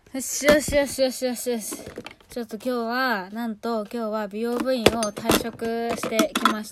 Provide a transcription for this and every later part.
よしよしよしよしよしよし。ちょっと今日は美容部員を退職してきました。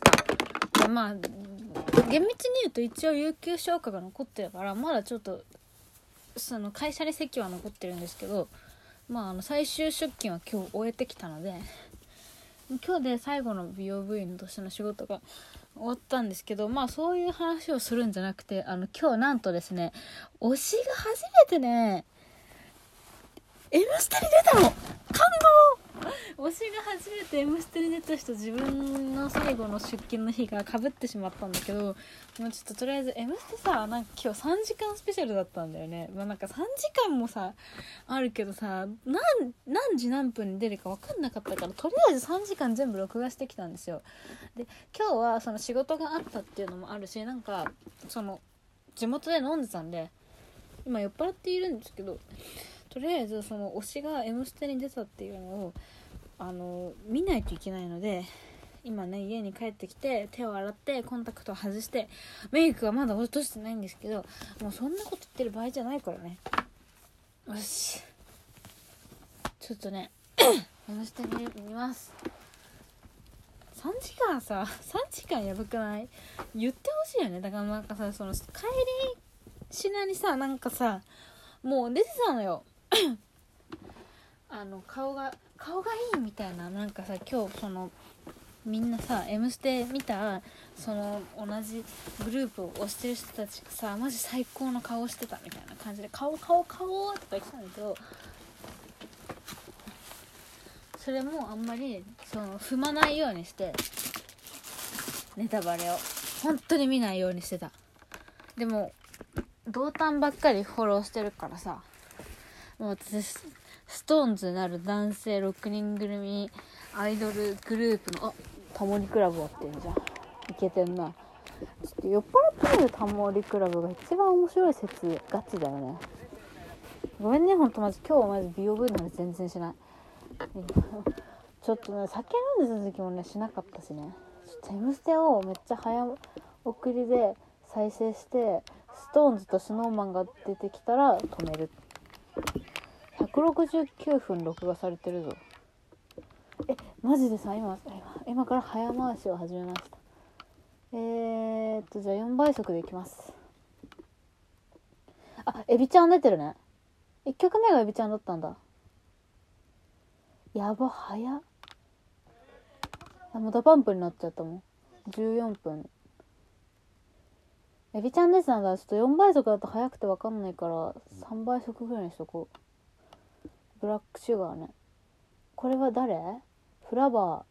まあ、厳密に言うと一応有給消化が残ってるから、まだちょっと、その会社に席は残ってるんですけど、最終出勤は今日終えてきたので、今日で最後の美容部員としての仕事が終わったんですけど、そういう話をするんじゃなくて、今日なんとですね、推しが初めてね、M ステに出たの。感動。推しが初めて M ステに出た人、自分の最後の出勤の日が被ってしまったんだけど、もうちょっととりあえず M ステさ、なんか今日3時間スペシャルだったんだよね。なんか3時間もさあるけどさ、何時何分に出るか分かんなかったから、とりあえず3時間全部録画してきたんですよ。で、今日はその仕事があったっていうのもあるし、なんかその地元で飲んでたんで今酔っ払っているんですけど、とりあえずその推しが M ステに出たっていうのを見ないといけないので、今ね家に帰ってきて手を洗ってコンタクトを外してメイクはまだ落としてないんですけど、もうそんなこと言ってる場合じゃないからね。よし、ちょっとねM ステ見ます。3時間やばくない？言ってほしいよね。だからなんかさ、その帰りしなにさ、なんかさもう出てたのよ顔がいいみたいな、なんかさ、今日そのみんなさ M ステ見たその同じグループを推してる人たちがさ、マジ最高の顔してたみたいな感じで、顔とか言ってたんだけど、それもあんまりその踏まないようにして、ネタバレを本当に見ないようにしてた。でも同担ばっかりフォローしてるからさ、もう私ストーンズなる男性6人組アイドルグループのタモリクラブやってんじゃん。いけてんな。ちょっと酔っ払ってみるタモリクラブが一番面白い説ガチだよね。ごめんね、ほんと今日マジ美容部なんで全然しない。ちょっとね、酒飲んでた時もねしなかったしね。ちょっと M ステをめっちゃ早送りで再生して、ストーンズとスノーマンが出てきたら止める。169分録画されてるぞ。マジでさ、今から早回しを始めました。じゃあ4倍速でいきます。エビちゃん出てるね。1曲目がエビちゃんだったんだ。やば、早っ。もうダパンプになっちゃったもん。14分。エビちゃん出てたんだ。ちょっと4倍速だと早くて分かんないから3倍速ぐらいにしとこう。ブラックシュガーね。これは誰？フラバ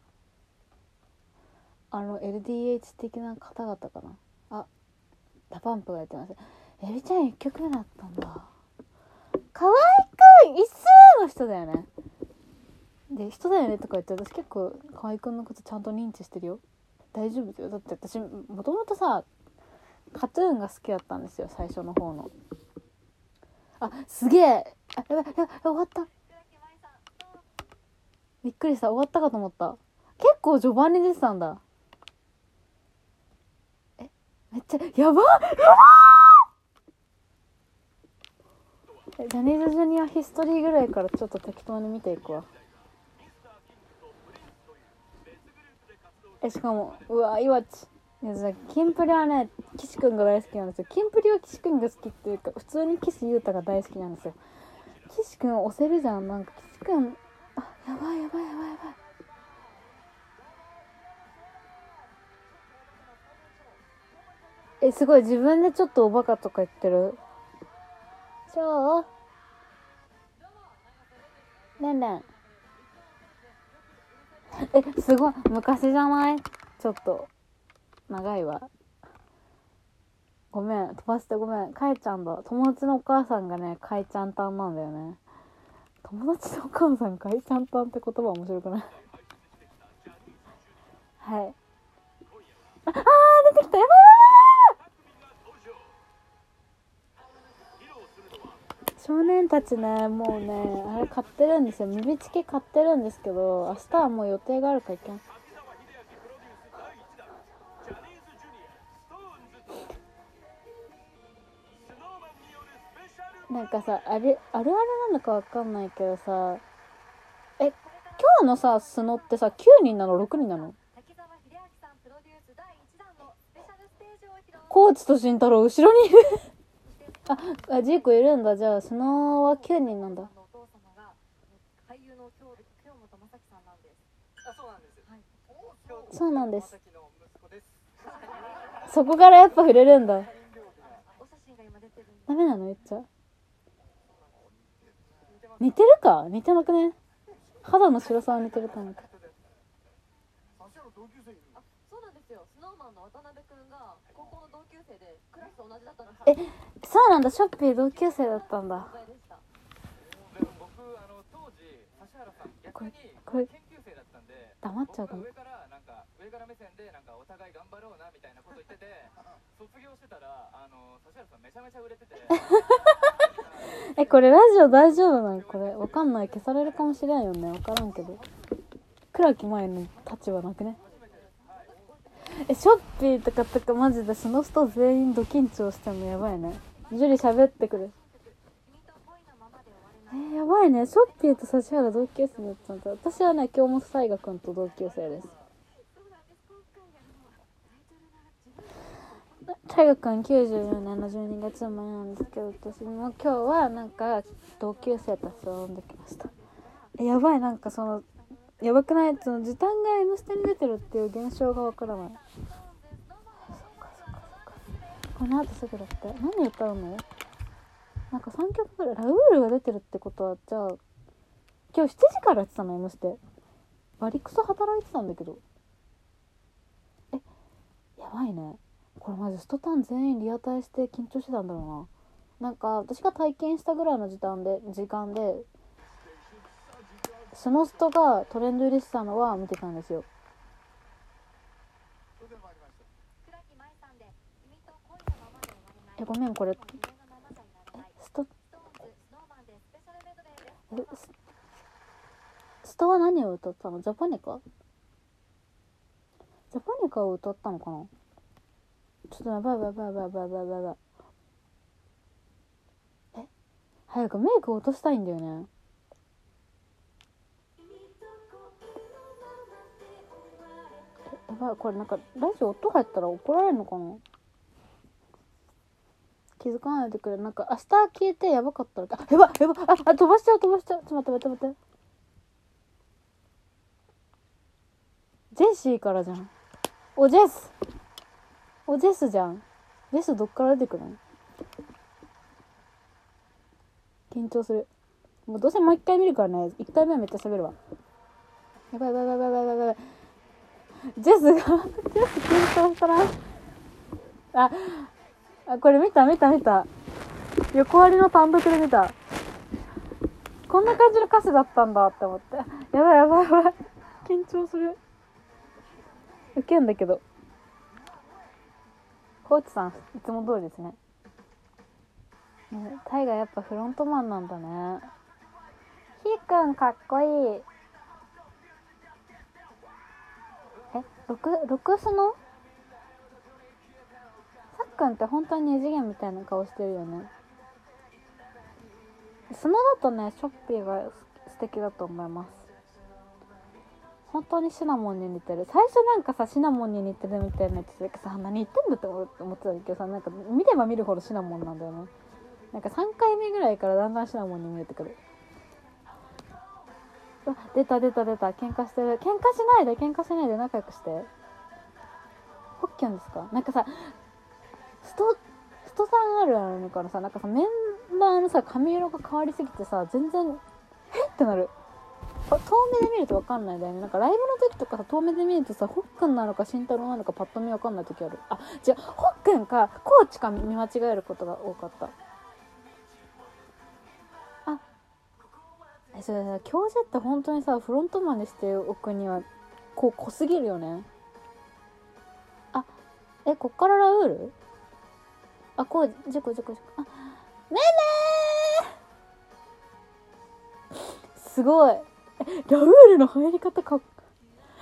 ー。LDH 的な方々かな。ダパンプがやってます。エビちゃん1曲目だったんだ。河合くん一数の人だよね。で、人だよねとか言って、私結構河合くんのことちゃんと認知してるよ。大丈夫だよ。だって私もともとさ、カトゥーンが好きだったんですよ、最初の方の。すげえ。やばい、終わった。びっくりした、終わったかと思った。結構序盤に出てたんだ。めっちゃやばジャニーズジュニアヒストリーぐらいからちょっと適当に見ていくわ。しかもいわち、キンプリはね、岸くんが大好きなんですよ。キンプリは岸くんが好きっていうか、普通に岸優太が大好きなんですよ。岸くん押せるじゃん。なんか岸くん、やばい。すごい、自分でちょっとおバカとか言ってる。ねんねん。すごい昔じゃない？ちょっと長いわ。ごめん、飛ばしてごめん。かえちゃんだ。友達のお母さんがね、かえちゃんたんなんだよね。友達のお母さんかえちゃんたんって言葉面白くない？はい。出てきた。やばい。少年たちね、もうね、あれ買ってるんですよ。ムビチケ買ってるんですけど、明日はもう予定があるから行けん。 なんかさ、あるあるなのかわかんないけどさ、今日のさスノってさ9人なの6人なの？コーチと慎太郎後ろにいるジーコいるんだ。じゃあスノは9人なんだ。そうなんです。そこからやっぱ触れるんだ。ダメなの言っちゃ。似てるか？似てなくね？肌の白さは似てると思う。そうなんですよ。スノーマンの渡辺くんが高校の同級生でクラス同じだったんです。そうなんだ。ショッピー同級生だったんだ。これ黙っちゃうかも。上から目線でなんかお互い頑張ろうなみたいなこと言ってて卒業してたら指原さんめちゃめちゃ売れててこれラジオ大丈夫なの？これわかんない。消されるかもしれんよね。わからんけど倉木前の立場なくね？ショッピーとかマジでその人全員ド緊張してもやばいね。ジュリ喋ってくる。やばいね。ショッピーと指原同級生だったんだ。私はね京本大我くんと同級生です。大我くん94年の12月生まれなんですけど、私も今日はなんか同級生たちを呼んできました。やばい。なんかそのやばくない？その時短が M ステに出てるっていう現象がわからない。この後すぐだって。何歌うの？なんか3曲ぐらい。ラウールが出てるってことは、じゃあ今日7時からやってたの？ M ステバリクソ働いてたんだけど。やばいね。これマジストタン全員リアタイして緊張してたんだろうな。なんか私が体験したぐらいの時間でスノストがトレンド入りしたのは見てたんですよ。ごめん、これストは何を歌ったの？ジャパニカを歌ったのかな？ちょっとやばい。早くメイク落としたいんだよね。やばい。これなんかラジオ音入ったら怒られるのかな？気づかないでくれ。なんか明日聞いてやばかったらやば飛ばしちゃう。ちょっと待って。ジェシーからじゃん。ジェスじゃん。ジェスどっから出てくるの？緊張する。もうどうせもう一回見るからね。一回目はめっちゃ喋るわ。やばい。ジェス緊張したな。これ見た。横割りの単独で見た。こんな感じの歌詞だったんだって思って。やばい。緊張する。ウケんだけど。コーチさんいつも通りですね。タイがやっぱフロントマンなんだね。ひーくんかっこいい。6スノ？さっくんって本当に二次元みたいな顔してるよね。スノだとねショッピーが素敵だと思います。本当にシナモンに似てる。最初なんかさシナモンに似てるみたいなやつでさ、何言ってんだって思ってたんだけどさ、なんか見れば見るほどシナモンなんだよね。なんか3回目ぐらいからだんだんシナモンに見えてくる。出た。喧嘩してる。喧嘩しないで仲良くして。ホッキョンですか？なんかさストさんあるのからさ、なんかさメンバーのさ髪色が変わりすぎてさ全然ってなる。遠目で見ると分かんないんだよね。なんかライブの時とかさ遠目で見るとさホッくんなのか慎太郎なのかパッと見分かんない時ある。じゃあホッくんかコーチか見間違えることが多かった。それさ教授って本当にさフロントマンにしておくには濃すぎるよね。こっからラウール？こう事故ねねすごい。ラウールの入り方マ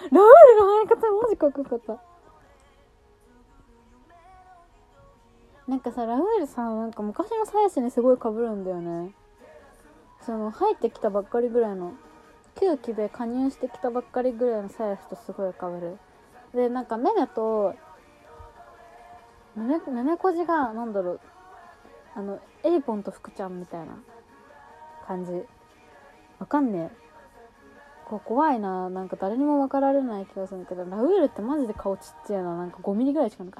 ジかっこよかった。ねなんかさ、ラウールさんなんか昔の鞘師にすごい被るんだよね。その入ってきたばっかりぐらいの、旧期で加入してきたばっかりぐらいの鞘師とすごい被る。でなんかメネとメネコジがなんだろう、エイポンと福ちゃんみたいな感じ。わかんねえ。怖いな。なんか誰にも分かられない気がするけど、ラウールってマジで顔ちっちゃいな。なんか5ミリぐらいしか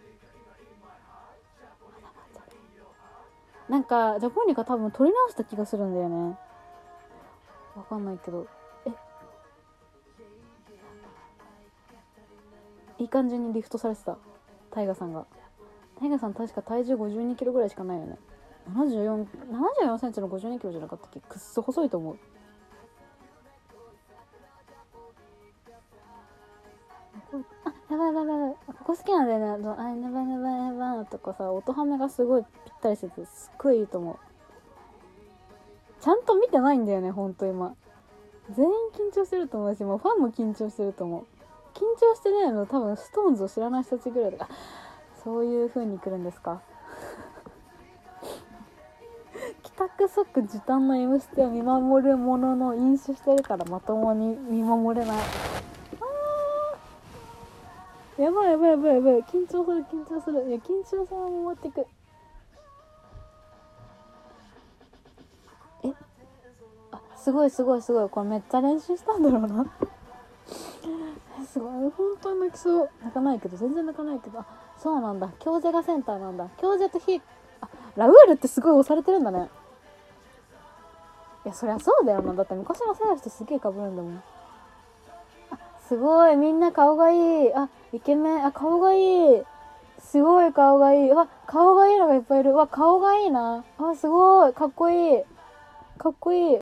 なんかジャポニカ多分撮り直した気がするんだよね。わかんないけど、いい感じにリフトされてた。タイガさん確か体重52キロぐらいしかないよね。74センチの52キロじゃなかったっけ。くっそ細いと思う。やばいここ好きなんだよね。あネバネバネバとかさ、音ハメがすごいぴったりしててすっごいいいと思う。ちゃんと見てないんだよね、ほんと今。全員緊張してると思うし、もうファンも緊張してると思う。緊張してないの多分ストーンズを知らない人たちぐらいだから。そういう風に来るんですか。帰宅即時短の M ステを見守るものの飲酒してるからまともに見守れない。やばい緊張する。いや緊張さんも終わってく。すごいこれめっちゃ練習したんだろうな。すごい本当に泣きそう。泣かないけど、全然泣かないけど。そうなんだ、教授がセンターなんだ。教授とラウールってすごい押されてるんだね。いやそりゃそうだよな。だって昔の鞘師とすげえ被るんだもん。すごいみんな顔がいい。イケメン。顔がいい。すごい顔がいい。顔がいいのがいっぱいいる。顔がいいな。すごいかっこいい。